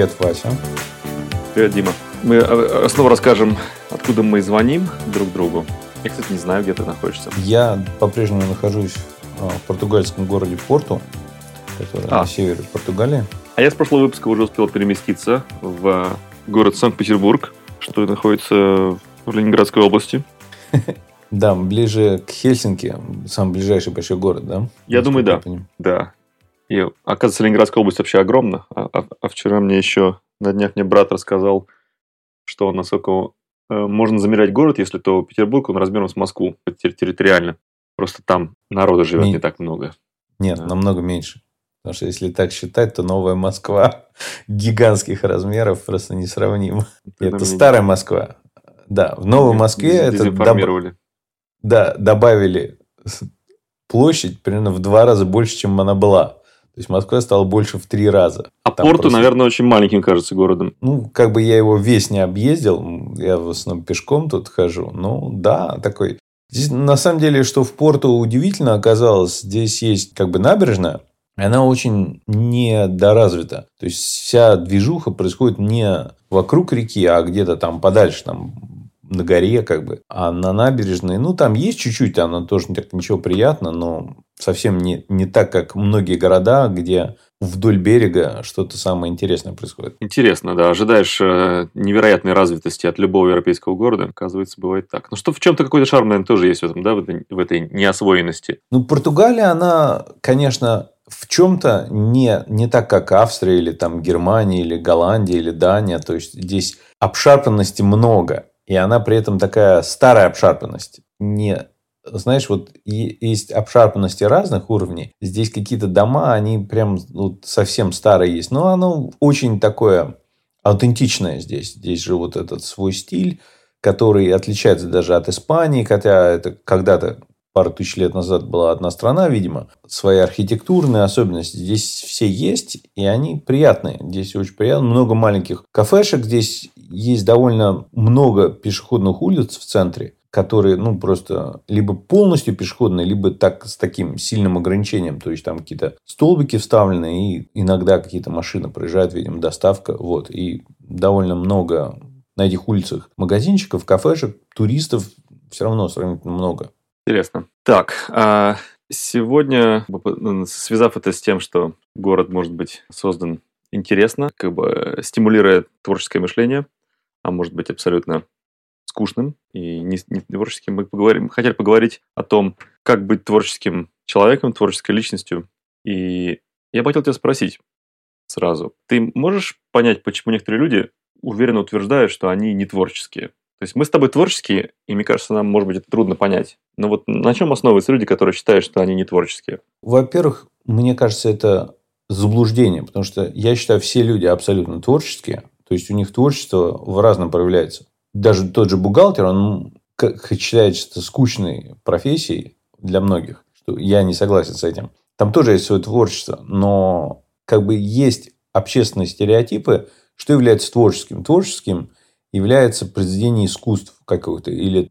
Привет, Вася. Привет, Дима. Мы снова расскажем, откуда мы звоним друг другу. Я, кстати, не знаю, где ты находишься. Я по-прежнему нахожусь в португальском городе Порту, который на севере Португалии. А я с прошлого выпуска уже успел переместиться в город Санкт-Петербург, что находится в Ленинградской области. Да, ближе к Хельсинки, самый ближайший большой город, да? Я думаю, да. Да. И, оказывается, Ленинградская область вообще огромна. А вчера на днях мне брат рассказал, что насколько можно замерять город, если то Петербург, он размером с Москву территориально. Просто там народа живет не так много. Нет, намного меньше. Потому что если так считать, то новая Москва гигантских размеров просто несравнима. Это старая Москва. Да, в Новой Москве добавили площадь примерно в 2 раза больше, чем она была. То есть Москва стала больше в 3 раза. А Порту, наверное, очень маленьким кажется городом. Ну, как бы я его весь не объездил. Я в основном пешком тут хожу. Ну, да, такой. Здесь, на самом деле, что в Порту удивительно оказалось, здесь есть как бы набережная. Она очень недоразвита. То есть вся движуха происходит не вокруг реки, а где-то там подальше, там на горе как бы. А на набережной, ну, там есть чуть-чуть, она тоже не так ничего приятно, но совсем не так, как многие города, где вдоль берега что-то самое интересное происходит. Интересно, да. Ожидаешь невероятной развитости от любого европейского города. Оказывается, бывает так. Ну, что в чем-то какой-то шарм, наверное, тоже есть в этом, да, в этой неосвоенности. Ну, Португалия, она, конечно, в чем-то не так, как Австрия, или там Германия, или Голландия, или Дания. То есть здесь обшарпанности много. И она при этом такая старая обшарпанность. Знаешь, вот есть обшарпанности разных уровней. Здесь какие-то дома, они прям вот совсем старые есть. Но оно очень такое аутентичное здесь. Здесь же вот этот свой стиль, который отличается даже от Испании. Хотя это когда-то, пару тысяч лет назад, была одна страна, видимо. Свои архитектурные особенности здесь все есть. И они приятные. Здесь очень приятно. Много маленьких кафешек. Здесь есть довольно много пешеходных улиц в центре, которые, ну, просто либо полностью пешеходные, либо с таким сильным ограничением. То есть, там какие-то столбики вставлены, и иногда какие-то машины проезжают, видимо, доставка. Вот. И довольно много на этих улицах магазинчиков, кафешек, туристов все равно сравнительно много. Интересно. Так, сегодня, связав это с тем, что город может быть создан интересно, как бы стимулируя творческое мышление, а может быть абсолютно скучным и не творческим, мы хотели поговорить о том, как быть творческим человеком, творческой личностью. И я бы хотел тебя спросить сразу. Ты можешь понять, почему некоторые люди уверенно утверждают, что они не творческие? То есть мы с тобой творческие, и мне кажется, нам, может быть, это трудно понять. Но вот на чем основываются люди, которые считают, что они не творческие? Во-первых, мне кажется, это заблуждение, потому что я считаю, все люди абсолютно творческие. То есть у них творчество в разном проявляется. Даже тот же бухгалтер, он считается скучной профессией для многих. Что я не согласен с этим. Там тоже есть свое творчество. Но как бы есть общественные стереотипы, что является творческим. Творческим является произведение искусств какого-то. Или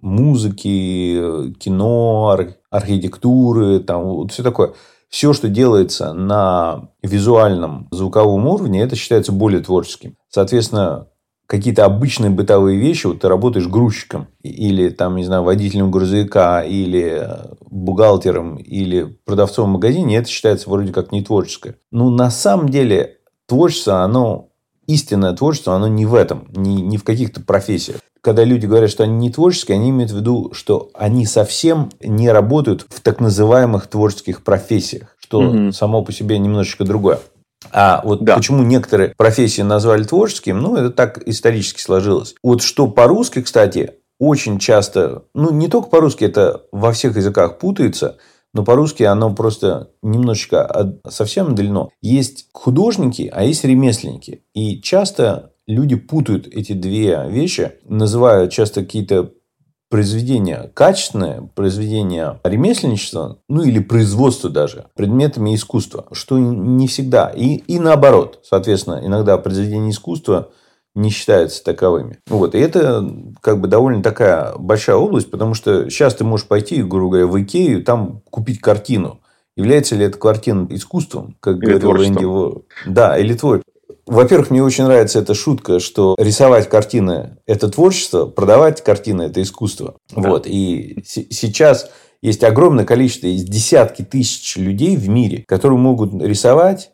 музыки, кино, архитектуры. Там, вот все такое. Все, что делается на визуальном, звуковом уровне, это считается более творческим. Соответственно, какие-то обычные бытовые вещи, вот ты работаешь грузчиком, или там, не знаю, водителем грузовика, или бухгалтером, или продавцом в магазине, это считается вроде как не творческое. Но на самом деле творчество, истинное творчество, оно не в этом, не в каких-то профессиях. Когда люди говорят, что они не творческие, они имеют в виду, что они совсем не работают в так называемых творческих профессиях, что само по себе немножечко другое. А вот почему некоторые профессии назвали творческим, это так исторически сложилось. Вот что по-русски, кстати, очень часто, не только по-русски, это во всех языках путается, но по-русски оно просто немножечко совсем отдалено. Есть художники, а есть ремесленники. И часто люди путают эти две вещи, называют часто какие-то произведения качественные, произведения ремесленничества, или производства даже, предметами искусства, что не всегда. И наоборот, соответственно, иногда произведения искусства не считаются таковыми. И это как бы довольно такая большая область, потому что сейчас ты можешь пойти, грубо говоря, в Икею, там купить картину. Является ли эта картина искусством, как говорил Энди? Да, или творчеством. во-первых, мне очень нравится эта шутка, что рисовать картины – это творчество, продавать картины – это искусство. Да. Вот. И сейчас есть огромное количество, есть десятки тысяч людей в мире, которые могут рисовать,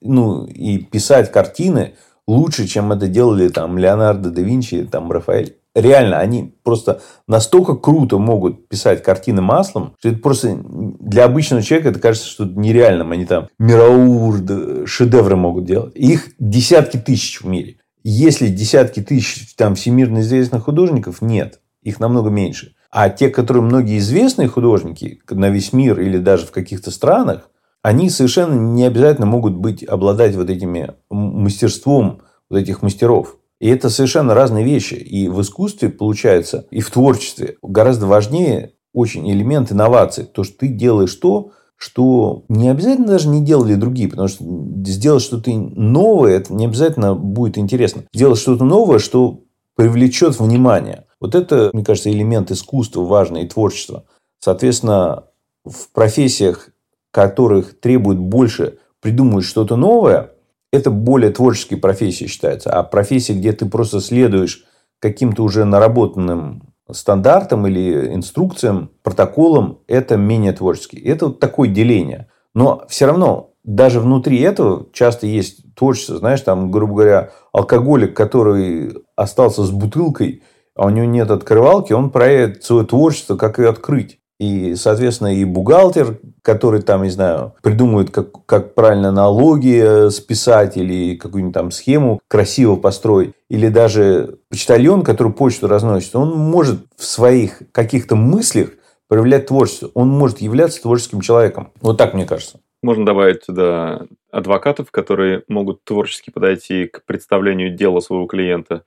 и писать картины лучше, чем это делали там Леонардо да Винчи, там Рафаэль. Реально, они просто настолько круто могут писать картины маслом, что это просто для обычного человека это кажется, что это нереальным. Они там мировые шедевры могут делать. Их десятки тысяч в мире. Если десятки тысяч там всемирно известных художников, нет. Их намного меньше. А те, которые многие известные художники на весь мир или даже в каких-то странах, они совершенно не обязательно могут обладать вот этими мастерством вот этих мастеров. И это совершенно разные вещи. И в искусстве, получается, и в творчестве гораздо важнее очень элемент инноваций. То, что ты делаешь то, что не обязательно даже не делали другие. Потому что сделать что-то новое, это не обязательно будет интересно. Сделать что-то новое, что привлечет внимание. Вот это, мне кажется, элемент искусства важный и творчества. Соответственно, в профессиях, которых требует больше придумывать что-то новое, это более творческие профессии считаются. А профессии, где ты просто следуешь каким-то уже наработанным стандартам или инструкциям, протоколам, это менее творческие. Это вот такое деление. Но все равно, даже внутри этого часто есть творчество. Знаешь, там, грубо говоря, алкоголик, который остался с бутылкой, а у него нет открывалки, он проявит свое творчество, как ее открыть. И, соответственно, и бухгалтер, который там, не знаю, придумывает, как правильно налоги списать или какую-нибудь там схему красиво построить. Или даже почтальон, который почту разносит, он может в своих каких-то мыслях проявлять творчество. Он может являться творческим человеком. Вот так, мне кажется. Можно добавить туда адвокатов, которые могут творчески подойти к представлению дела своего клиента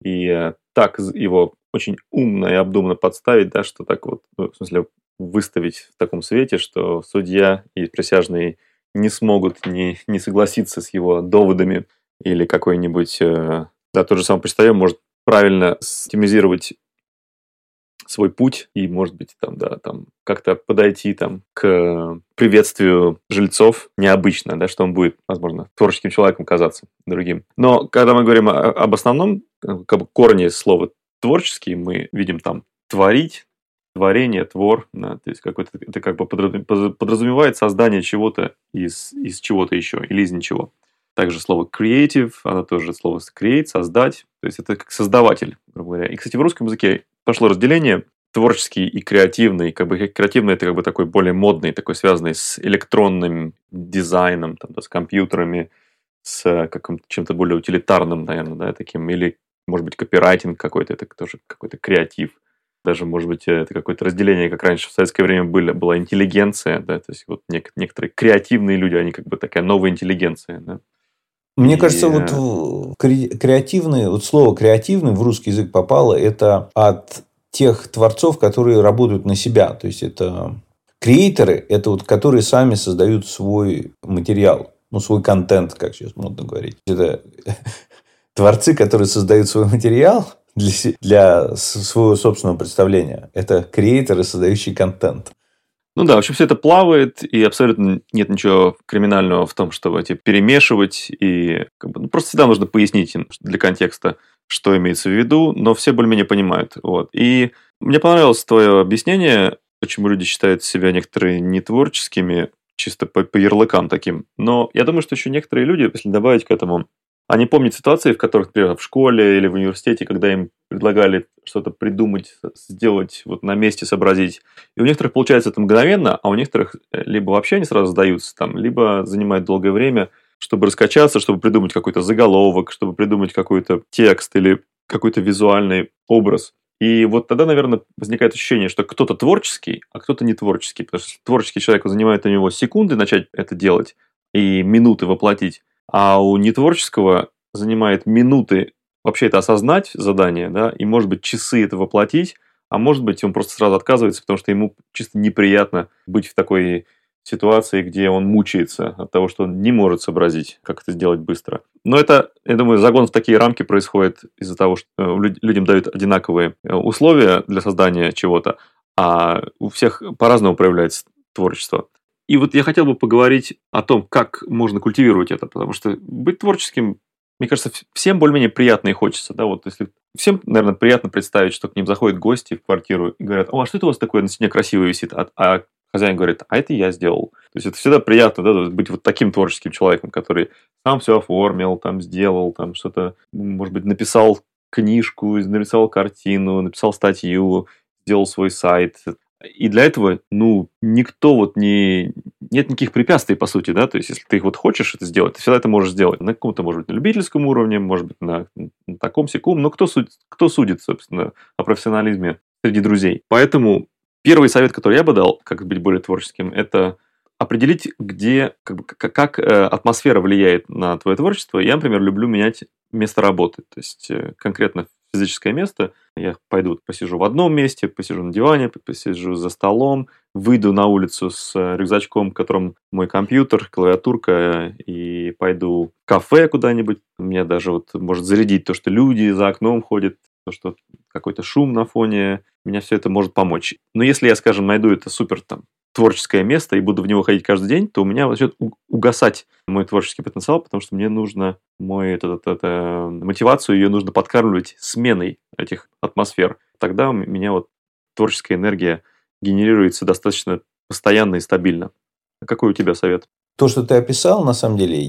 и так его очень умно и обдуманно подставить, да, что так вот, в смысле, выставить в таком свете, что судья и присяжные не смогут не согласиться с его доводами, или какой-нибудь, тот же самый почтальон может правильно систематизировать свой путь и, может быть, там как-то подойти к приветствию жильцов необычно, да, что он будет, возможно, творческим человеком казаться другим. Но когда мы говорим об основном корне слова «творческий», мы видим там «творить», творение, твор, да, то есть это как бы подразумевает создание чего-то из чего-то еще или из ничего. Также слово creative, оно тоже слово create, создать, то есть это как создаватель, грубо говоря. И, кстати, в русском языке пошло разделение творческий и креативный. Креативный – это такой более модный, такой связанный с электронным дизайном, с компьютерами, с чем-то более утилитарным, наверное, да, таким, или, может быть, копирайтинг какой-то, это тоже какой-то креатив. Даже, может быть, это какое-то разделение, как раньше в советское время была интеллигенция, да, то есть вот некоторые креативные люди, они как бы такая новая интеллигенция, да. Мне кажется, вот креативный, вот слово креативный в русский язык попало, это от тех творцов, которые работают на себя. То есть это креаторы, это вот которые сами создают свой материал, свой контент, как сейчас модно говорить. Это творцы, которые создают свой материал для своего собственного представления. Это креаторы, создающие контент. Ну да, в общем, все это плавает, и абсолютно нет ничего криминального в том, чтобы перемешивать, и просто всегда нужно пояснить им для контекста, что имеется в виду, но все более-менее понимают. Вот. И мне понравилось твое объяснение, почему люди считают себя некоторые нетворческими, чисто по ярлыкам таким. Но я думаю, что еще некоторые люди, если добавить к этому, они помнят ситуации, в которых, например, в школе или в университете, когда им предлагали что-то придумать, сделать, вот на месте сообразить. И у некоторых получается это мгновенно, а у некоторых либо вообще они сразу сдаются, либо занимает долгое время, чтобы раскачаться, чтобы придумать какой-то заголовок, чтобы придумать какой-то текст или какой-то визуальный образ. И вот тогда, наверное, возникает ощущение, что кто-то творческий, а кто-то не творческий. Потому что творческий человек занимает у него секунды начать это делать и минуты воплотить. А у нетворческого занимает минуты вообще это осознать задание, да, и, может быть, часы это воплотить, а может быть, он просто сразу отказывается, потому что ему чисто неприятно быть в такой ситуации, где он мучается от того, что он не может сообразить, как это сделать быстро. Но это, я думаю, загон в такие рамки происходит из-за того, что людям дают одинаковые условия для создания чего-то, а у всех по-разному проявляется творчество. И вот я хотел бы поговорить о том, как можно культивировать это, потому что быть творческим мне кажется, всем более-менее приятно и хочется, да, вот если всем, наверное, приятно представить, что к ним заходят гости в квартиру и говорят: о, а что это у вас такое на стене красивое висит? А хозяин говорит: а это я сделал. То есть это всегда приятно, да, быть вот таким творческим человеком, который сам все оформил, там сделал, там что-то, может быть, написал книжку, нарисовал картину, написал статью, сделал свой сайт. И для этого, никто вот не... Нет никаких препятствий, по сути, да, то есть, если ты вот хочешь это сделать, ты всегда это можешь сделать. На каком-то, может быть, на любительском уровне, может быть, на таком-сяком, но кто судит, собственно, о профессионализме среди друзей. Поэтому первый совет, который я бы дал, как быть более творческим, это определить, где, как атмосфера влияет на твое творчество. Я, например, люблю менять место работы, то есть, конкретно физическое место. Я пойду посижу в одном месте, посижу на диване, посижу за столом, выйду на улицу с рюкзачком, в котором мой компьютер, клавиатурка, и пойду в кафе куда-нибудь. Меня даже вот может зарядить то, что люди за окном ходят, то, что какой-то шум на фоне. Меня все это может помочь. Но если я, скажем, найду это супер там творческое место и буду в него ходить каждый день, то у меня начнет угасать мой творческий потенциал, потому что мне нужно мотивацию, ее нужно подкармливать сменой этих атмосфер. Тогда у меня вот творческая энергия генерируется достаточно постоянно и стабильно. Какой у тебя совет? То, что ты описал, на самом деле,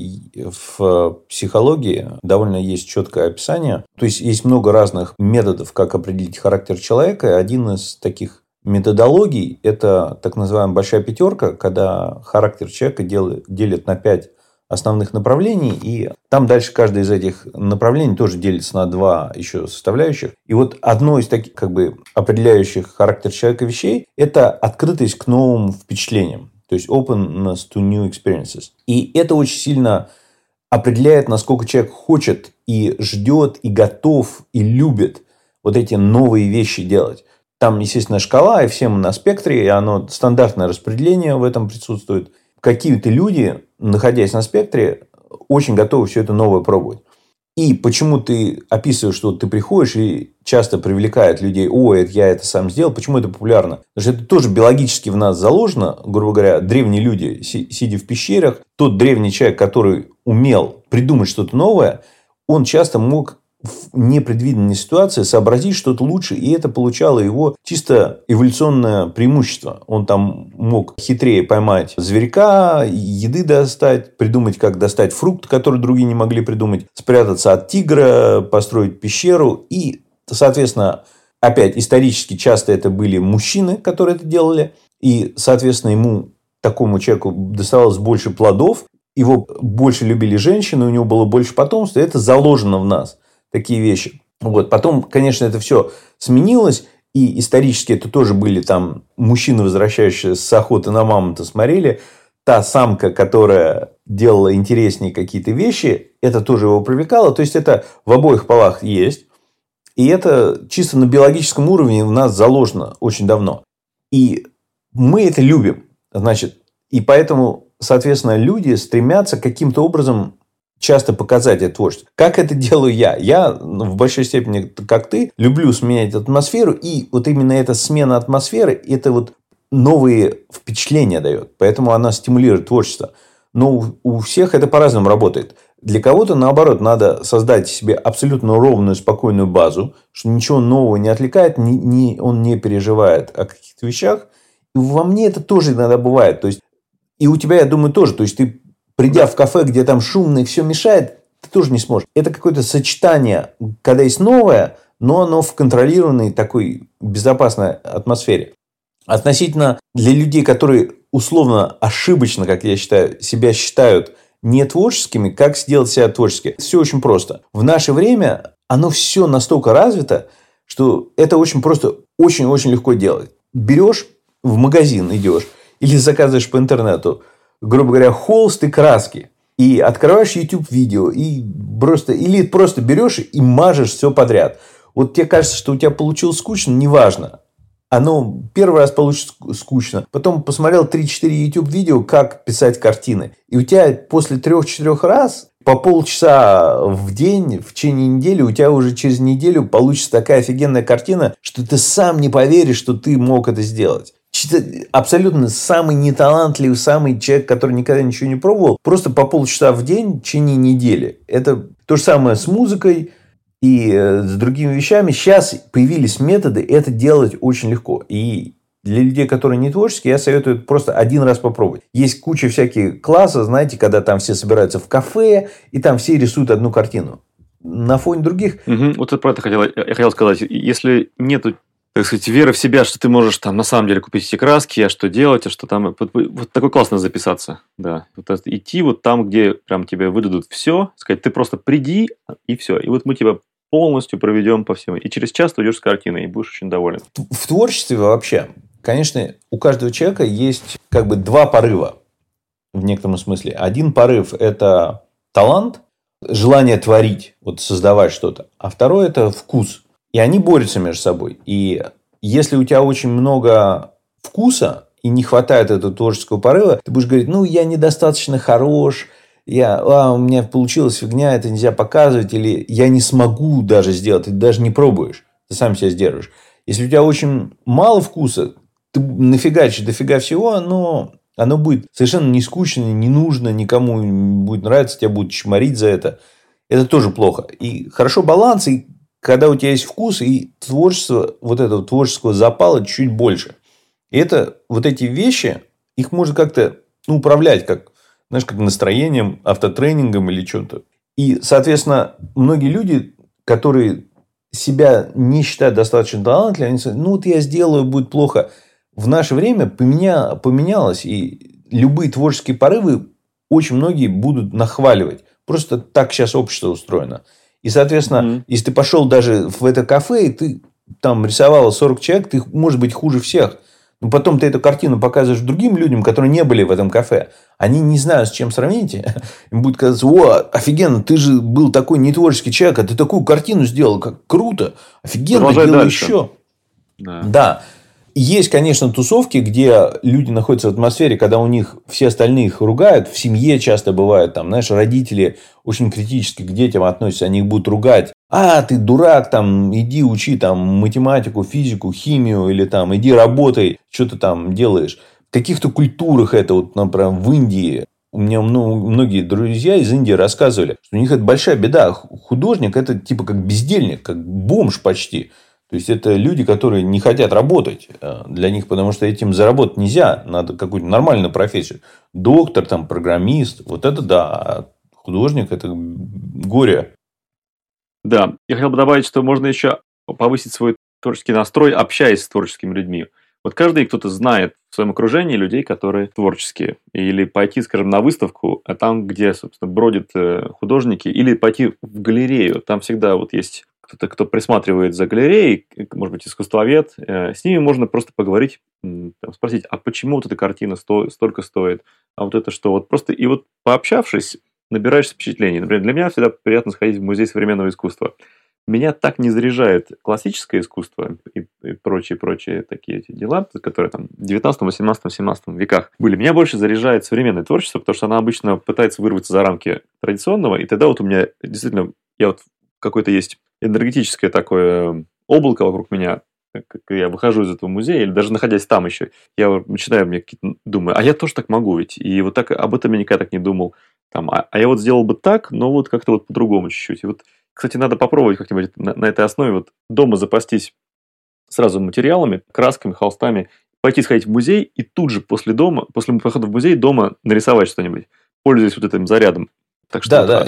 в психологии довольно есть четкое описание. То есть, есть много разных методов, как определить характер человека. И один из таких методологий – это так называемая большая пятерка, когда характер человека делят на 5 основных направлений. И там дальше каждое из этих направлений тоже делится на 2 еще составляющих. И вот одно из таких определяющих характер человека вещей – это открытость к новым впечатлениям. То есть openness to new experiences. И это очень сильно определяет, насколько человек хочет и ждет, и готов, и любит вот эти новые вещи делать. Там, естественно, шкала, и все мы на спектре, и оно стандартное распределение в этом присутствует. Какие-то люди, находясь на спектре, очень готовы все это новое пробовать. И почему ты описываешь, что ты приходишь и часто привлекает людей: ой, я это сам сделал, почему это популярно? Потому что это тоже биологически в нас заложено. Грубо говоря, древние люди, сидя в пещерах, тот древний человек, который умел придумать что-то новое, он часто мог в непредвиденной ситуации сообразить что-то лучше, и это получало его чисто эволюционное преимущество. Он там мог хитрее поймать зверька, еды достать, придумать, как достать фрукт, который другие не могли придумать, спрятаться от тигра, построить пещеру. И, соответственно, опять исторически часто это были мужчины, которые это делали. И, соответственно, ему, такому человеку, доставалось больше плодов, его больше любили женщины, у него было больше потомства. Это заложено в нас. Такие вещи. Вот. Потом, конечно, это все сменилось. И исторически это тоже были там мужчины, возвращающиеся с охоты на мамонта, смотрели. Та самка, которая делала интереснее какие-то вещи, это тоже его привлекало. То есть, это в обоих полах есть. И это чисто на биологическом уровне в нас заложено очень давно. И мы это любим. Значит, и поэтому, соответственно, люди стремятся каким-то образом часто показать это творчество. Как это делаю я? Я в большой степени, как ты, люблю сменять атмосферу. И вот именно эта смена атмосферы, это вот новые впечатления дает. Поэтому она стимулирует творчество. Но у всех это по-разному работает. Для кого-то, наоборот, надо создать себе абсолютно ровную, спокойную базу, что ничего нового не отвлекает, он не переживает о каких-то вещах. И во мне это тоже иногда бывает. То есть, и у тебя, я думаю, тоже. То есть, ты, придя в кафе, где там шумно и все мешает, ты тоже не сможешь. Это какое-то сочетание, когда есть новое, но оно в контролированной такой безопасной атмосфере. Относительно для людей, которые условно ошибочно, как я считаю, себя считают не творческими, как сделать себя творческим? Все очень просто. В наше время оно все настолько развито, что это очень просто, очень-очень легко делать. Берешь, в магазин идешь или заказываешь по интернету, грубо говоря, холст и краски. И открываешь YouTube-видео. Или просто берешь и мажешь все подряд. Вот тебе кажется, что у тебя получилось скучно, неважно. Оно первый раз получится скучно. Потом посмотрел 3-4 YouTube-видео, как писать картины. И у тебя после 3-4 раз по полчаса в день, в течение недели, у тебя уже через неделю получится такая офигенная картина, что ты сам не поверишь, что ты мог это сделать. Абсолютно самый неталантливый, самый человек, который никогда ничего не пробовал, просто по полчаса в день в течение недели. Это То же самое с музыкой и с другими вещами. Сейчас появились методы это делать очень легко. И для людей, которые не творческие, я советую просто один раз попробовать. Есть куча всяких классов, знаете, когда там все собираются в кафе, и там все рисуют одну картину. На фоне других... Вот про это я хотел сказать. Если нету, так сказать, веры в себя, что ты можешь там на самом деле купить эти краски, а что делать, а что там... Вот такой классно записаться. Да. Вот идти вот там, где прям тебе выдадут все, сказать, ты просто приди, и все. И вот мы тебя полностью проведем по всему. И через час ты уйдешь с картиной, и будешь очень доволен. В творчестве вообще, конечно, у каждого человека есть как бы два порыва в некотором смысле. Один порыв – это талант, желание творить, вот создавать что-то. А второй – это вкус. И они борются между собой. И если у тебя очень много вкуса и не хватает этого творческого порыва, ты будешь говорить, я недостаточно хорош, у меня получилась фигня, это нельзя показывать, или я не смогу даже сделать, ты даже не пробуешь, ты сам себя сдерживаешь. Если у тебя очень мало вкуса, ты нафигачишь дофига всего, но оно будет совершенно не скучно, не нужно, никому будет нравиться, тебя будут чморить за это. Это тоже плохо. И хорошо баланс, и когда у тебя есть вкус, и творчество, вот этого творческого запала чуть больше. И это вот эти вещи, их можно как-то управлять, как настроением, автотренингом или что-то. И, соответственно, многие люди, которые себя не считают достаточно талантливыми, они говорят, я сделаю, будет плохо. В наше время поменялось, и любые творческие порывы очень многие будут нахваливать. Просто так сейчас общество устроено. И, соответственно, если ты пошел даже в это кафе, и ты там рисовал 40 человек, ты, может быть, хуже всех. Но потом ты эту картину показываешь другим людям, которые не были в этом кафе. Они не знают, с чем сравнить. Им будет казаться, офигенно, ты же был такой нетворческий человек, а ты такую картину сделал, как круто. Офигенно, делай еще. Да. Есть, конечно, тусовки, где люди находятся в атмосфере, когда у них все остальные их ругают. В семье часто бывает, там, родители очень критически к детям относятся, они их будут ругать. Ты дурак, там, иди учи там, математику, физику, химию, или там, иди работай, что ты там делаешь. В каких-то культурах это, вот, например, в Индии, у меня многие друзья из Индии рассказывали, что у них это большая беда. Художник – это типа как бездельник, как бомж почти. То есть, это люди, которые не хотят работать для них, потому что этим заработать нельзя. Надо какую-то нормальную профессию. Доктор, там, программист. Вот это да. А художник – это горе. Да. Я хотел бы добавить, что можно еще повысить свой творческий настрой, общаясь с творческими людьми. Вот каждый кто-то знает в своем окружении людей, которые творческие. Или пойти, скажем, на выставку, а там, где, собственно, бродят художники. Или пойти в галерею. Там всегда вот есть... кто присматривает за галереей, может быть, искусствовед, с ними можно просто поговорить, спросить, а почему вот эта картина столько стоит, а вот это что? Вот просто и вот пообщавшись, набираешься впечатлений. Например, для меня всегда приятно сходить в музей современного искусства. Меня так не заряжает классическое искусство и прочие такие эти дела, которые там в 19, 18, 17 веках были. Меня больше заряжает современное творчество, потому что она обычно пытается вырваться за рамки традиционного, и тогда вот у меня действительно, я вот какой-то есть энергетическое такое облако вокруг меня, как я выхожу из этого музея, или даже находясь там еще, я начинаю мне думаю, а я тоже так могу ведь, и вот так об этом я никогда так не думал, там, а я вот сделал бы так, но вот как-то вот по-другому чуть-чуть. И вот, кстати, надо попробовать как-нибудь на этой основе вот дома запастись сразу материалами, красками, холстами, пойти сходить в музей и тут же после похода в музей дома нарисовать что-нибудь, пользуясь вот этим зарядом. Так что да.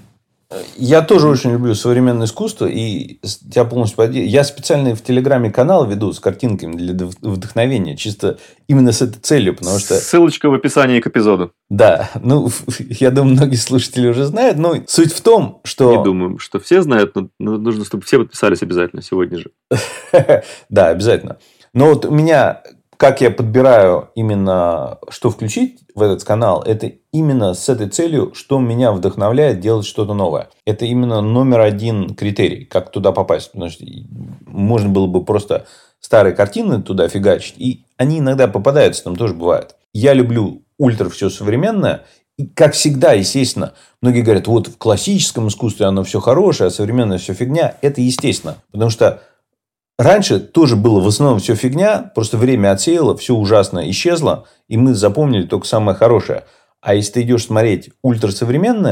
Я тоже очень люблю современное искусство, и тебя полностью поддерживаю. Я специально в Телеграме канал веду с картинками для вдохновения, чисто именно с этой целью, потому что... Ссылочка в описании к эпизоду. Да, я думаю, многие слушатели уже знают, но суть в том, что... Не думаю, что все знают, но нужно, чтобы все подписались обязательно сегодня же. Да, обязательно. Но вот у меня... Как я подбираю именно, что включить в этот канал, это именно с этой целью, что меня вдохновляет делать что-то новое. Это именно номер один критерий, как туда попасть. Потому что можно было бы просто старые картины туда фигачить, и они иногда попадаются, там тоже бывает. Я люблю ультра все современное, и как всегда, естественно, многие говорят, вот в классическом искусстве оно все хорошее, а современное все фигня. Это естественно, потому что раньше тоже было в основном все фигня, просто время отсеяло, все ужасно исчезло, и мы запомнили только самое хорошее. А если ты идешь смотреть ультрасовременное,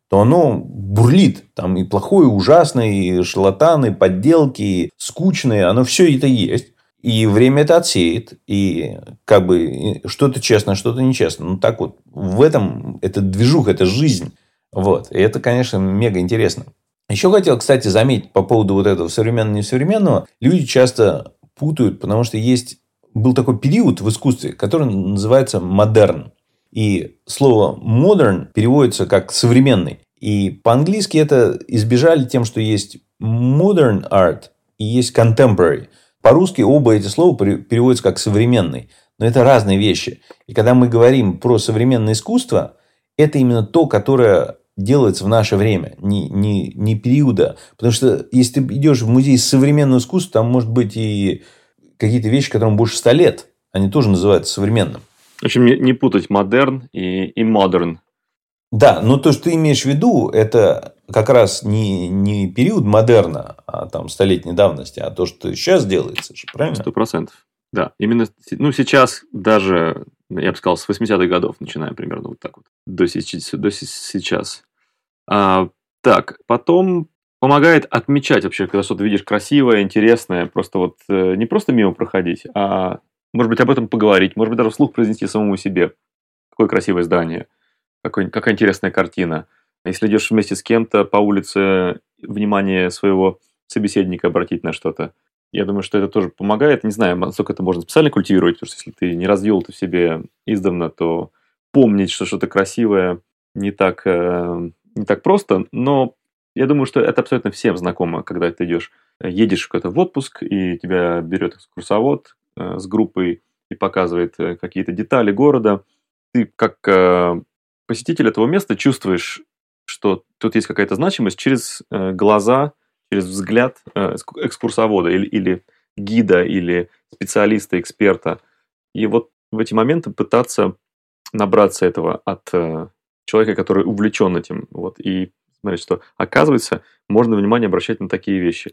то оно бурлит. Там и плохое, и ужасное, и шарлатаны, и подделки, и скучные. Оно все это есть. И время это отсеет. И как бы что-то честно, что-то нечестно. Ну, так вот. В этом это движуха, это жизнь. Вот. И это, конечно, мега интересно. Еще хотел, кстати, заметить по поводу вот этого современного-несовременного. Люди часто путают, потому что был такой период в искусстве, который называется модерн. И слово modern переводится как современный. И по-английски это избежали тем, что есть modern art и есть contemporary. По-русски оба эти слова переводятся как современный. Но это разные вещи. И когда мы говорим про современное искусство, это именно то, которое делается в наше время, не периода. Потому что если ты идешь в музей современного искусства, там может быть и какие-то вещи, которым больше 100 лет. Они тоже называются современным. В общем, не путать модерн и модерн. Да, но то, что ты имеешь в виду, это как раз не период модерна, а там столетней давности, а то, что сейчас делается, правильно? 100%. Да, именно сейчас даже, я бы сказал, с 80-х годов, начиная примерно вот так вот, до сейчас. Так, потом помогает отмечать вообще, когда что-то видишь красивое, интересное, просто вот не просто мимо проходить, а может быть об этом поговорить, может быть даже вслух произнести самому себе. Какое красивое здание, какая интересная картина. Если идешь вместе с кем-то по улице, внимание своего собеседника обратить на что-то. Я думаю, что это тоже помогает. Не знаю, насколько это можно специально культивировать, потому что если ты не развил это в себе издавна, то помнить, что что-то красивое не так просто. Но я думаю, что это абсолютно всем знакомо, когда ты едешь куда-то в отпуск, и тебя берет экскурсовод с группой и показывает какие-то детали города. Ты как посетитель этого места чувствуешь, что тут есть какая-то значимость через глаза, через взгляд экскурсовода или гида, или специалиста, эксперта. И вот в эти моменты пытаться набраться этого от человека, который увлечен этим. Вот, и смотреть, что оказывается, можно внимание обращать на такие вещи.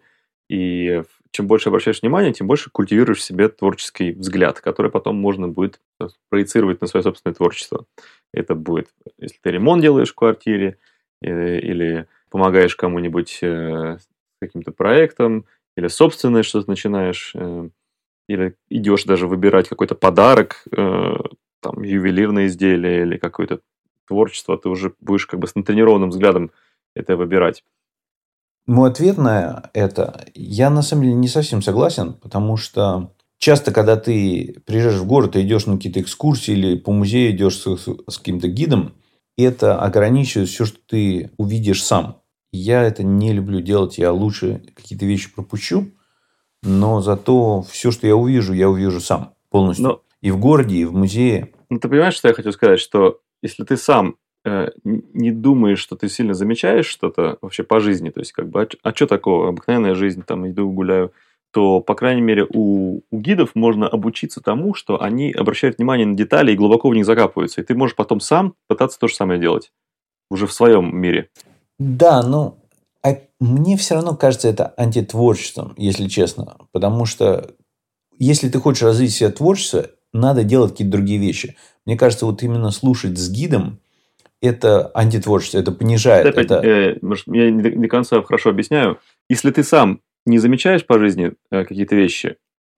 И чем больше обращаешь внимание, тем больше культивируешь в себе творческий взгляд, который потом можно будет проецировать на свое собственное творчество. Это будет, если ты ремонт делаешь в квартире, или помогаешь кому-нибудь с каким-то проектом, или собственное что-то начинаешь, или идешь даже выбирать какой-то подарок, там, ювелирное изделие или какое-то творчество, ты уже будешь как бы с натренированным взглядом это выбирать. Мой ответ на это, я на самом деле не совсем согласен, потому что часто, когда ты приезжаешь в город и идешь на какие-то экскурсии или по музею идешь с каким-то гидом, это ограничивает все, что ты увидишь сам. Я это не люблю делать, я лучше какие-то вещи пропущу, но зато все, что я увижу сам полностью. И в городе, и в музее. Ну, ты понимаешь, что я хочу сказать, что если ты сам не думаешь, что ты сильно замечаешь что-то вообще по жизни, то есть как бы, что такого, обыкновенная жизнь, там иду гуляю, то, по крайней мере, у гидов можно обучиться тому, что они обращают внимание на детали и глубоко в них закапываются. И ты можешь потом сам пытаться то же самое делать, уже в своем мире. Да, но мне все равно кажется это антитворчеством, если честно. Потому что если ты хочешь развить себе творчество, надо делать какие-то другие вещи. Мне кажется, вот именно слушать с гидом это антитворчество, это понижает. Может, я не до конца хорошо объясняю. Если ты сам не замечаешь по жизни какие-то вещи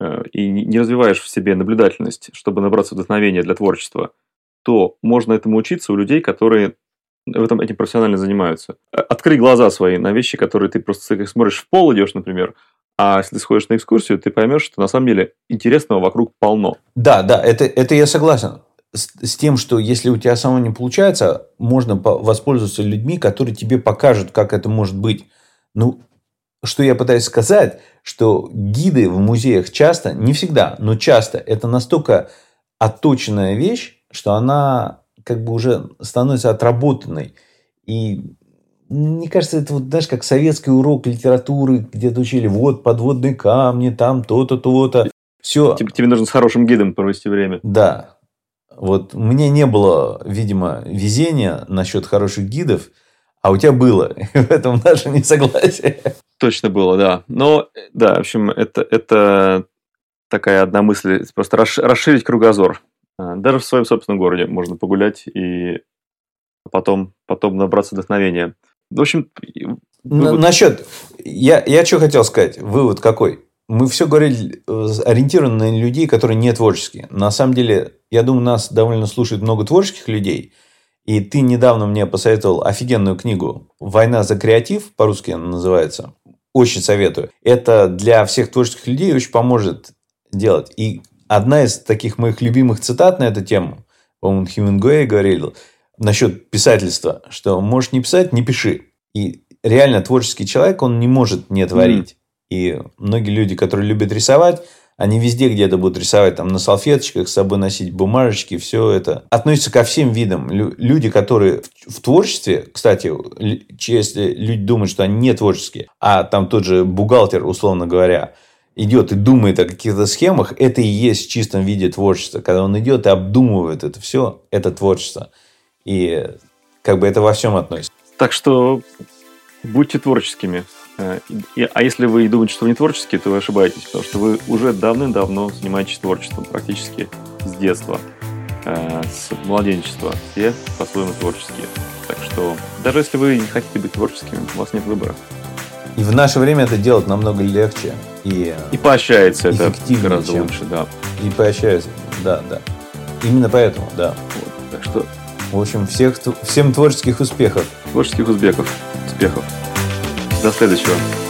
и не развиваешь в себе наблюдательность, чтобы набраться вдохновения для творчества, то можно этому учиться у людей, которые этим профессионально занимаются. Открой глаза свои на вещи, которые ты просто смотришь в пол, идешь, например, а если ты сходишь на экскурсию, ты поймешь, что на самом деле интересного вокруг полно. Да, это я согласен. С тем, что если у тебя самого не получается, можно воспользоваться людьми, которые тебе покажут, как это может быть. Ну, что я пытаюсь сказать, что гиды в музеях часто, не всегда, но часто, это настолько отточенная вещь, что она как бы уже становится отработанной. И мне кажется, это вот, знаешь, как советский урок литературы, где-то учили, вот подводные камни, там то-то, то-то. Все. Тебе нужно с хорошим гидом провести время. Да. Вот мне не было, видимо, везения насчет хороших гидов, а у тебя было. В этом наше несогласие. Точно было, да. Но, да, в общем, это такая одна мысль, просто расширить кругозор. Даже в своем собственном городе можно погулять и а потом набраться вдохновения. В общем, насчет... Я что хотел сказать. Вывод какой? Мы все говорили ориентированы на людей, которые не творческие. На самом деле, я думаю, нас довольно слушает много творческих людей. И ты недавно мне посоветовал офигенную книгу «Война за креатив», по-русски она называется. Очень советую. Это для всех творческих людей очень поможет делать. И одна из таких моих любимых цитат на эту тему, по-моему, Хемингуэй говорил насчет писательства, что можешь не писать, не пиши. И реально творческий человек, он не может не творить. И многие люди, которые любят рисовать, они везде где-то будут рисовать, там, на салфеточках, с собой носить бумажечки, все это. Относится ко всем видам. Люди, которые в творчестве, кстати, если люди думают, что они не творческие, а там тот же бухгалтер, условно говоря, идет и думает о каких-то схемах, это и есть в чистом виде творчество. Когда он идет и обдумывает это все, это творчество. И как бы это во всем относится. Так что будьте творческими. А если вы думаете, что вы не творческие, то вы ошибаетесь, потому что вы уже давным-давно занимаетесь творчеством, практически с детства, с младенчества. Все по-своему творческие. Так что даже если вы не хотите быть творческими, у вас нет выбора. И в наше время это делать намного легче. И поощряется это гораздо лучше, да. И поощряется, да. Именно поэтому, да. Вот, так что... В общем, всем творческих успехов. Творческих успехов. До следующего.